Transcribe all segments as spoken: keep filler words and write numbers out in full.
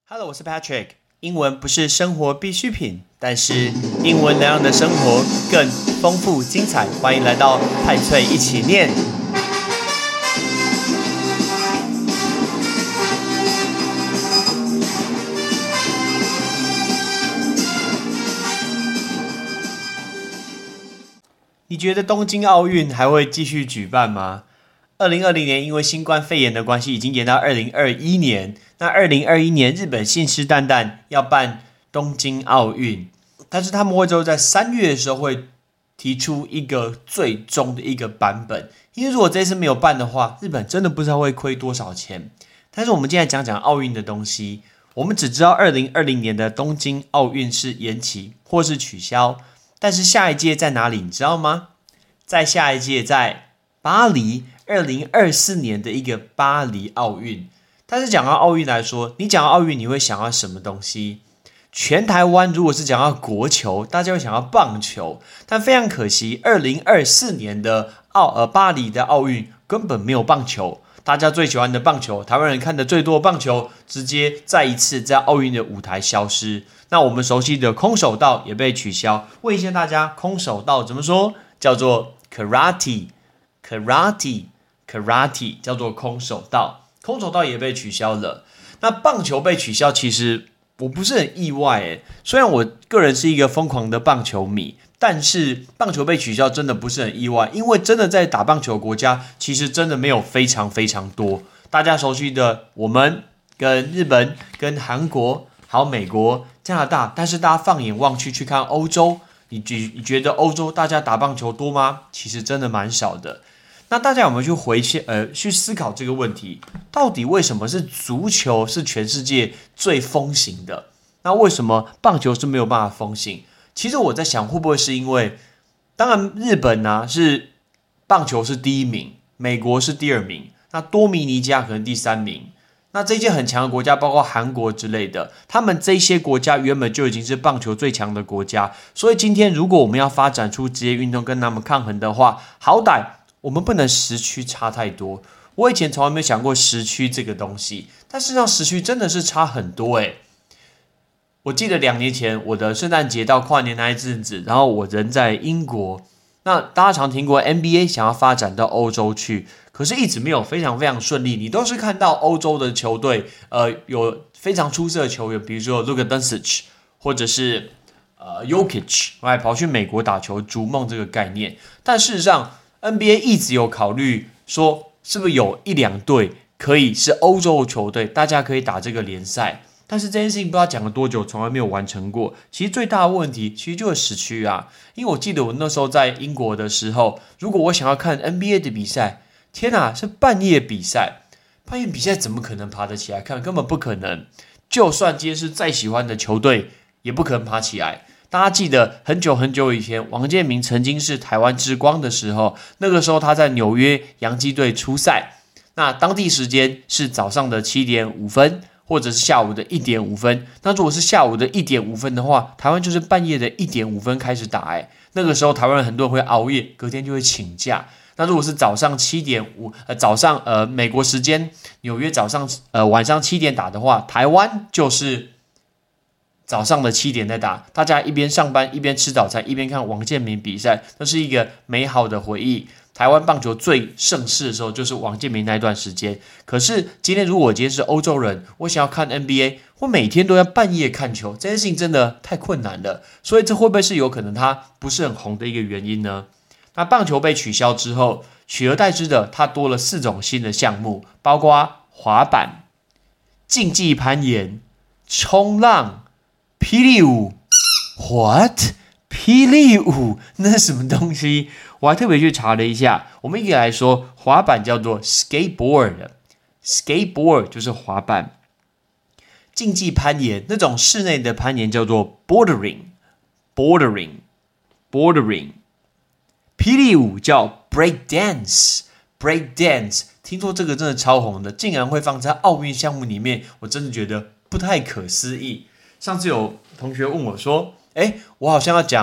Hello， 我是 Patrick。英文不是生活必需品，但是英文能让你的生活更丰富精彩。欢迎来到派翠一起念。你觉得东京奥运还会继续举办吗？二零二零年因为新冠肺炎的关系，已经延到二零二一年。那二零二一年，日本信誓旦旦要办东京奥运，但是他们会只有在三月的时候会提出一个最终的一个版本。因为如果这次没有办的话，日本真的不知道会亏多少钱。但是我们今天讲讲奥运的东西，我们只知道二零二零年的东京奥运是延期或是取消，但是下一届在哪里你知道吗？在下一届在巴黎，二零二四年的一个巴黎奥运。但是讲到奥运来说，你讲到奥运你会想到什么东西？全台湾如果是讲到国球，大家会想到棒球，但非常可惜，二零二四年的奥呃巴黎的奥运根本没有棒球。大家最喜欢的棒球，台湾人看的最多的棒球，直接再一次在奥运的舞台消失。那我们熟悉的空手道也被取消。问一下大家，空手道怎么说？叫做 karate，karate，karate karate 叫做空手道。空手道也被取消了。那棒球被取消，其实我不是很意外耶。虽然我个人是一个疯狂的棒球迷，但是棒球被取消真的不是很意外，因为真的在打棒球的国家，其实真的没有非常非常多。大家熟悉的我们跟日本、跟韩国、还有美国、加拿大，但是大家放眼望去去看欧洲，你觉你觉得欧洲大家打棒球多吗？其实真的蛮少的。那大家有没有去回呃去思考这个问题？到底为什么是足球是全世界最风行的？那为什么棒球是没有办法风行？其实我在想，会不会是因为，当然日本啊是棒球是第一名，美国是第二名，那多米尼加可能第三名。那这些很强的国家，包括韩国之类的，他们这些国家原本就已经是棒球最强的国家，所以今天如果我们要发展出职业运动跟他们抗衡的话，好歹我们不能时区差太多。我以前从来没有想过时区这个东西，但事实上时区真的是差很多诶。我记得两年前我的圣诞节到跨年那一阵子，然后我人在英国，那大家常听过 N B A 想要发展到欧洲去，可是一直没有非常非常顺利。你都是看到欧洲的球队呃有非常出色的球员，比如说 Luka Doncic 或者是呃 Jokic 还跑去美国打球逐梦这个概念，但事实上N B A 一直有考虑说，是不是有一两队可以是欧洲的球队，大家可以打这个联赛。但是这件事情不知道讲了多久，从来没有完成过。其实最大的问题，其实就是时区啊。因为我记得我那时候在英国的时候，如果我想要看 N B A 的比赛，天哪，是半夜比赛，半夜比赛怎么可能爬得起来看？根本不可能。就算今天是再喜欢的球队，也不可能爬起来。大家记得很久很久以前，王建民曾经是台湾之光的时候，那个时候他在纽约洋基队出赛，那当地时间是早上的七点五分，或者是下午的一点五分。那如果是下午的一点五分的话，台湾就是半夜的一点五分开始打。哎，那个时候台湾很多人会熬夜，隔天就会请假。那如果是早上七点五，呃，早上呃美国时间纽约早上呃晚上七点打的话，台湾就是早上的七点在打，大家一边上班一边吃早餐一边看王建民比赛，那是一个美好的回忆。台湾棒球最盛世的时候就是王建民那一段时间。可是今天如果我今天是欧洲人，我想要看 N B A， 我每天都要半夜看球，这件事情真的太困难了。所以这会不会是有可能它不是很红的一个原因呢？那棒球被取消之后，取而代之的它多了四种新的项目，包括滑板、竞技攀岩、冲浪、霹雳舞。 What？ 霹雳舞那是什么东西？我还特别去查了一下。我们一个来说，滑板叫做 skateboard， skateboard 就是滑板。竞技攀岩，那种室内的攀岩叫做 bouldering， bouldering， bouldering。 霹雳舞叫 break dance， break dance。 听说这个真的超红的，竟然会放在奥运项目里面，我真的觉得不太可思议。上次有同学问我说，诶，我好像要讲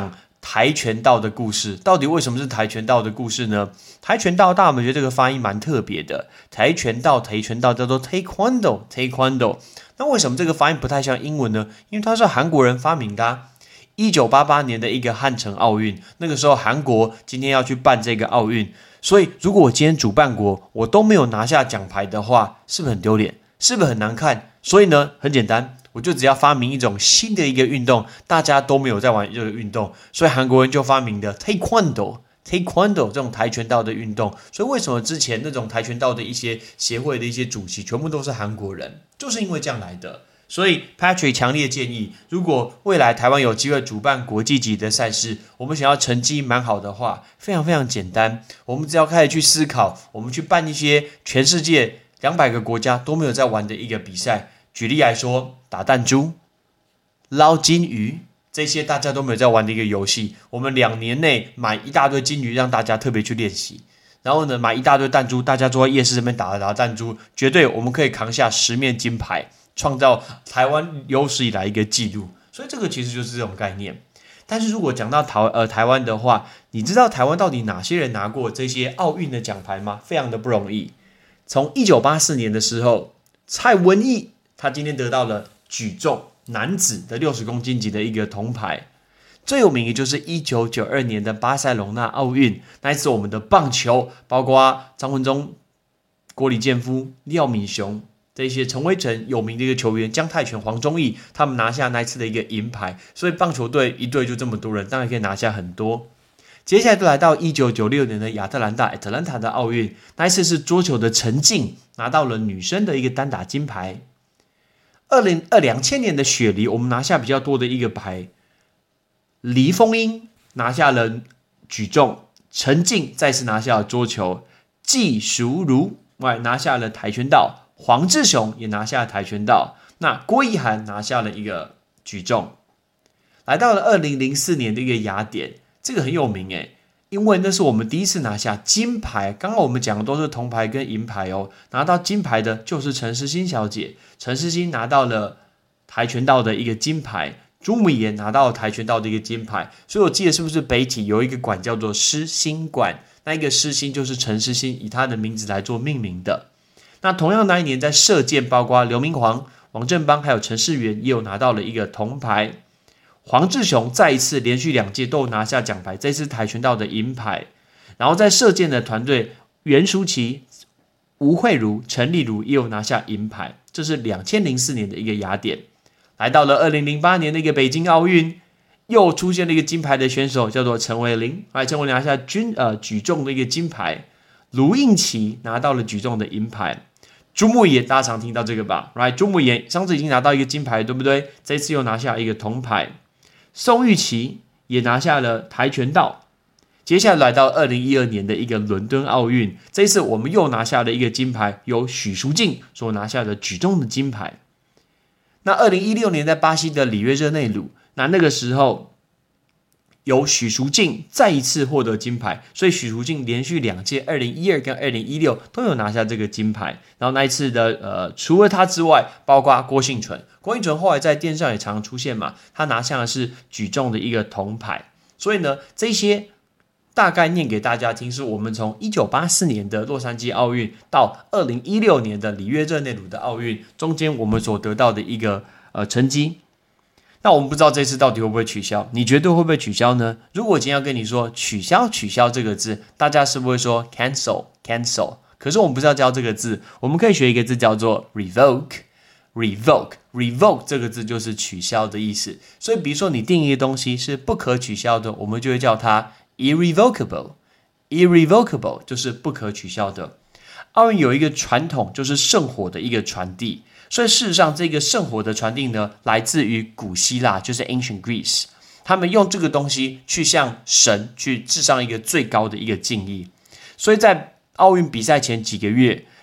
跆拳道的故事。到底为什么是跆拳道的故事呢？跆拳道，大家有没有觉得这个发音蛮特别的？跆拳道，跆拳道叫做 Taekwondo Taekwondo。那为什么这个发音不太像英文呢？因为它是韩国人发明的啊。一九八八年的一个汉城奥运，那个时候韩国今天要去办这个奥运，所以如果我今天主办国我都没有拿下奖牌的话，是不是很丢脸？是不是很难看？所以呢，很简单，我就只要发明一种新的一个运动，大家都没有在玩这个运动，所以韩国人就发明的 Taekwondo Taekwondo 这种跆拳道的运动。所以为什么之前那种跆拳道的一些协会的一些主席全部都是韩国人，就是因为这样来的。所以 Patrick 强烈建议，如果未来台湾有机会主办国际级的赛事，我们想要成绩蛮好的话，非常非常简单，我们只要开始去思考，我们去办一些全世界两百个国家都没有在玩的一个比赛。举例来说，打弹珠、捞金鱼，这些大家都没有在玩的一个游戏，我们两年内买一大堆金鱼让大家特别去练习，然后呢买一大堆弹珠，大家坐在夜市这边打打弹珠，绝对我们可以扛下十面金牌，创造台湾有史以来一个纪录。所以这个其实就是这种概念。但是如果讲到台呃台湾的话，你知道台湾到底哪些人拿过这些奥运的奖牌吗？非常的不容易。从一九八四年的时候，蔡文义他今天得到了举重男子的六十公斤级的一个铜牌。最有名的就是一九九二年的巴塞隆纳奥运，那一次我们的棒球，包括张文忠、郭李建夫、廖敏雄这些陈威成有名的一个球员，江泰拳、黄忠义，他们拿下那一次的一个银牌。所以棒球队一队就这么多人，当然可以拿下很多。接下来就来到一九九六年的亚特兰大 Atlanta 的奥运，那一次是桌球的陈静拿到了女生的一个单打金牌。二零二两千年的雪梨，我们拿下比较多的一个牌。黎凤英拿下了举重，陈静再次拿下了桌球，季淑如外拿下了跆拳道，黄志雄也拿下了跆拳道，那郭一涵拿下了一个举重。来到了二零零四年的一个雅典，这个很有名诶，因为那是我们第一次拿下金牌。刚刚我们讲的都是铜牌跟银牌哦，拿到金牌的就是陈诗欣小姐，陈诗欣拿到了跆拳道的一个金牌，朱母也拿到了跆拳道的一个金牌。所以我记得是不是北体有一个馆叫做诗欣馆，那一个诗欣就是陈诗欣以她的名字来做命名的。那同样那一年在射箭，包括刘明煌、王振邦还有陈世元也有拿到了一个铜牌。黄志雄再一次连续两届都拿下奖牌，这次跆拳道的银牌。然后在射箭的团队，袁淑琪、吴慧茹、陈丽如也有拿下银牌。这是二零零四年的一个雅典。来到了二零零八年的一个北京奥运，又出现了一个金牌的选手，叫做陈伟玲，来陈伟玲拿下军呃举重的一个金牌。卢应琪拿到了举重的银牌。朱木炎大家常听到这个吧 ，right？ 朱木炎上次已经拿到一个金牌，对不对？这次又拿下一个铜牌。宋玉琪也拿下了跆拳道。接下来来到二零一二年的一个伦敦奥运，这一次我们又拿下了一个金牌，由许淑净所拿下的举重的金牌。那二零一六年在巴西的里约热内卢，那那个时候由许淑净再一次获得金牌，所以许淑净连续两届二零一二跟二零一六都有拿下这个金牌。然后那一次的呃，除了他之外，包括郭婞淳，郭婞淳后来在电视上也常常出现嘛，他拿下的是举重的一个铜牌。所以呢，这些大概念给大家听，是我们从一九八四年的洛杉矶奥运到二零一六年的里约热内卢的奥运中间我们所得到的一个呃成绩。那我们不知道这次到底会不会取消，你觉得会不会取消呢？如果今天要跟你说取消取消这个字，大家是不是会说 cancel cancel？ 可是我们不是要教这个字，我们可以学一个字叫做 revoke revoke revoke 这个字就是取消的意思。所以比如说你定一个东西是不可取消的，我们就会叫它 irrevocable irrevocable 就是不可取消的。奥运有一个传统，就是圣火的一个传递。所以事实上这个圣火的传递呢，来自于古希腊，就是 Ancient Greece， 他们用这个东西去向神去致上一个最高的一个敬意。所以在奥运比赛前几个月，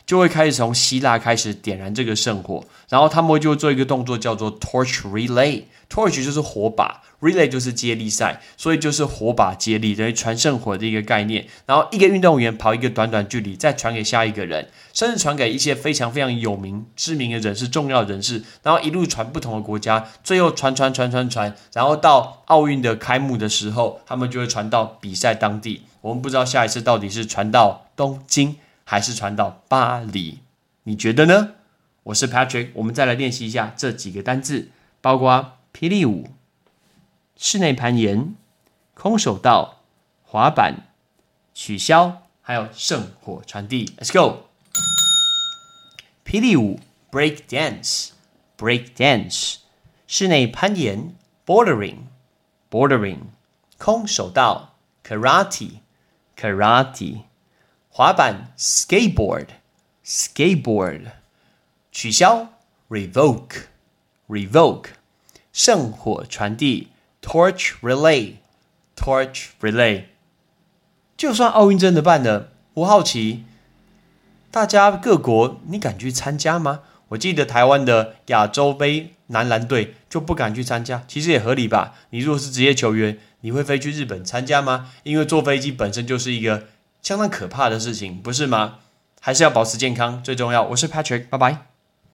就会开始从希腊开始点燃这个圣火，然后他们就会做一个动作叫做 torch relay。torch 就是火把， relay 就是接力赛，所以就是火把接力，等于传圣火的一个概念。然后一个运动员跑一个短短距离，再传给下一个人，甚至传给一些非常非常有名、知名的人士、重要的人士，然后一路传不同的国家，最后传传传传传，然后到奥运的开幕的时候，他们就会传到比赛当地。我们不知道下一次到底是传到东京还是传到巴黎，你觉得呢？我是 Patrick， 我们再来练习一下这几个单字，包括霹雳舞、室内攀岩、空手道、滑板、取消，还有圣火传递。Let's go！ 霹雳舞 break dance break dance， 室内攀岩 bouldering bouldering， 空手道 karate karate， 滑板 skateboard skateboard， 取消 revoke revoke， 圣火传递 torch relay torch relay。 就算奥运真的办了，我好奇大家各国你敢去参加吗？我记得台湾的亚洲杯男篮队就不敢去参加，其实也合理吧？你如果是职业球员，你会飞去日本参加吗？因为坐飞机本身就是一个相当可怕的事情，不是吗？还是要保持健康最重要。我是 Patrick， 拜拜。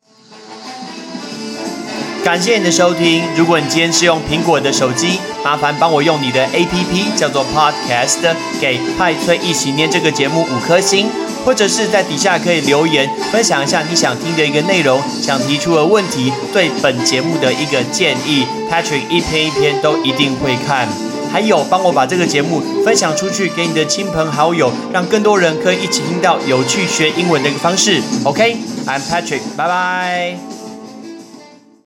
感谢你的收听。如果你今天是用苹果的手机，麻烦帮我用你的 A P P 叫做 Podcast 给派崔一起念这个节目五颗星，或者是在底下可以留言分享一下你想听的一个内容，想提出的问题，对本节目的一个建议， Patrick 一篇一篇都一定会看。还有帮我把这个节目分享出去给你的亲朋好友，让更多人可以一起听到有趣学英文的一个方式。 OK， I'm Patrick， 拜拜。